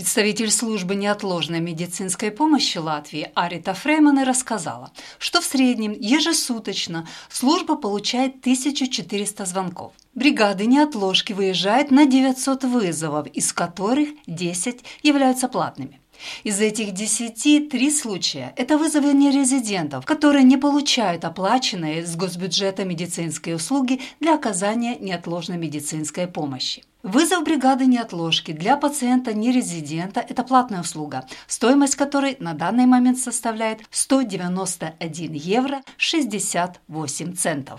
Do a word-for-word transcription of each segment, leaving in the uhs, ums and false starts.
Представитель службы неотложной медицинской помощи Латвии Арита Фреймане рассказала, что в среднем ежесуточно служба получает тысячу четыреста звонков. Бригады неотложки выезжают на девятьсот вызовов, из которых десять являются платными. Из этих десяти три случая – это вызовы нерезидентов, которые не получают оплаченные с госбюджета медицинские услуги для оказания неотложной медицинской помощи. Вызов бригады неотложки для пациента-нерезидента – это платная услуга, стоимость которой на данный момент составляет сто девяносто один евро шестьдесят восемь центов.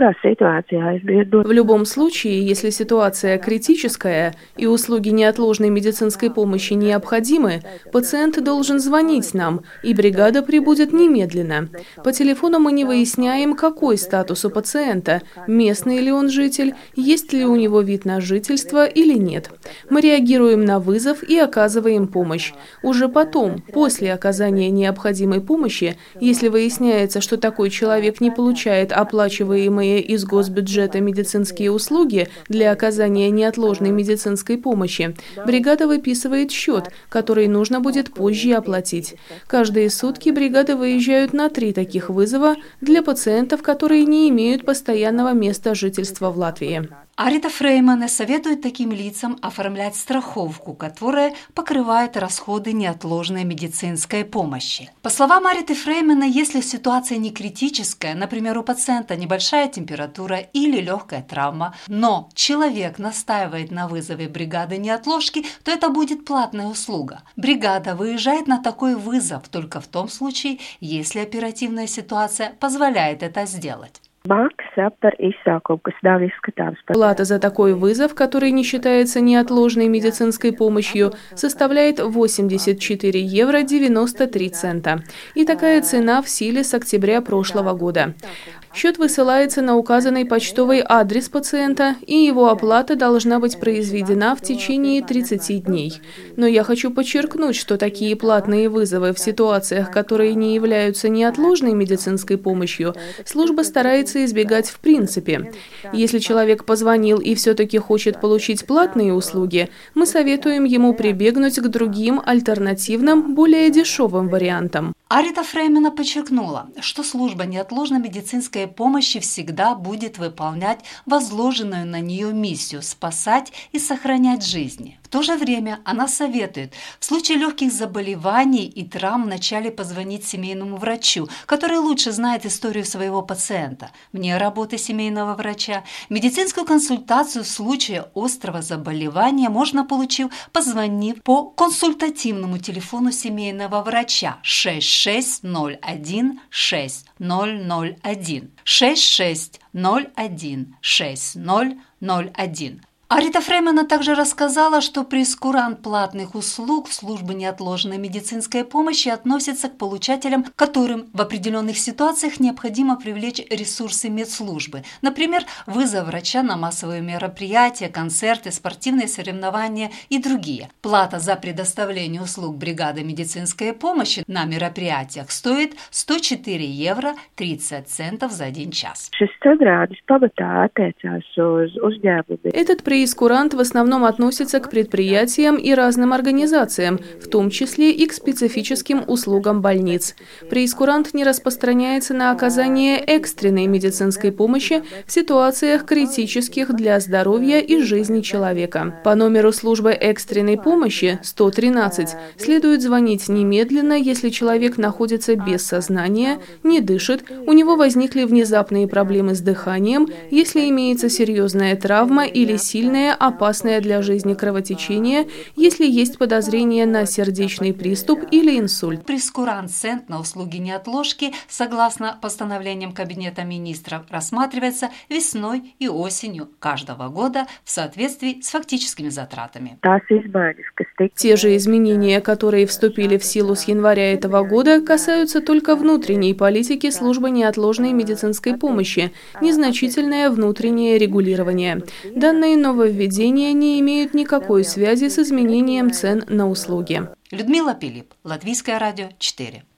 В любом случае, если ситуация критическая и услуги неотложной медицинской помощи необходимы, пациент должен звонить нам, и бригада прибудет немедленно. По телефону мы не выясняем, какой статус у пациента, местный ли он житель, есть ли у него вид на жительство или нет. Мы реагируем на вызов и оказываем помощь. Уже потом, после оказания необходимой помощи, если выясняется, что такой человек не получает оплачиваемые из госбюджета медицинские услуги для оказания неотложной медицинской помощи, бригада выписывает счет, который нужно будет позже оплатить. Каждые сутки бригады выезжают на три таких вызова для пациентов, которые не имеют постоянного места жительства в Латвии. Арита Фреймане советует таким лицам оформлять страховку, которая покрывает расходы неотложной медицинской помощи. По словам Ариты Фреймане, если ситуация не критическая, например, у пациента небольшая температура или легкая травма, но человек настаивает на вызове бригады неотложки, то это будет платная услуга. Бригада выезжает на такой вызов только в том случае, если оперативная ситуация позволяет это сделать. Плата за такой вызов, который не считается неотложной медицинской помощью, составляет восемьдесят четыре евро девяносто три цента. И такая цена в силе с октября прошлого года. Счет высылается на указанный почтовый адрес пациента, и его оплата должна быть произведена в течение тридцати дней. Но я хочу подчеркнуть, что такие платные вызовы в ситуациях, которые не являются неотложной медицинской помощью, служба старается избегать в принципе. Если человек позвонил и все-таки хочет получить платные услуги, мы советуем ему прибегнуть к другим альтернативным, более дешевым вариантам. Арита Фреймане подчеркнула, что служба неотложной медицинской помощи всегда будет выполнять возложенную на нее миссию – спасать и сохранять жизни. В то же время она советует в случае легких заболеваний и травм вначале позвонить семейному врачу, который лучше знает историю своего пациента, вне работы семейного врача. Медицинскую консультацию в случае острого заболевания можно получить, позвонив по консультативному телефону семейного врача шесть шесть ноль один шесть ноль ноль один шесть шесть ноль один шесть ноль ноль один. Арита Фреймане также рассказала, что прейскурант платных услуг в службе неотложной медицинской помощи относится к получателям, которым в определенных ситуациях необходимо привлечь ресурсы медслужбы, например, вызов врача на массовые мероприятия, концерты, спортивные соревнования и другие. Плата за предоставление услуг бригады медицинской помощи на мероприятиях стоит сто четыре евро тридцать центов за один час. Этот прейскурант в основном относится к предприятиям и разным организациям, в том числе и к специфическим услугам больниц. Прейскурант не распространяется на оказание экстренной медицинской помощи в ситуациях критических для здоровья и жизни человека. По номеру службы экстренной помощи сто тринадцать следует звонить немедленно, если человек находится без сознания, не дышит, у него возникли внезапные проблемы с дыханием, если имеется серьезная травма или сильное, опасное для жизни кровотечение, если есть подозрение на сердечный приступ или инсульт. Прейскурант-цент на услуги неотложки, согласно постановлениям Кабинета министров, рассматривается весной и осенью каждого года в соответствии с фактическими затратами. Те же изменения, которые вступили в силу с января этого года, касаются только внутренней политики службы неотложной медицинской помощи, незначительное внутреннее регулирование. Данные нововведения не имеют никакой связи с изменением цен на услуги. Людмила Пилип, Латвийское радио четыре.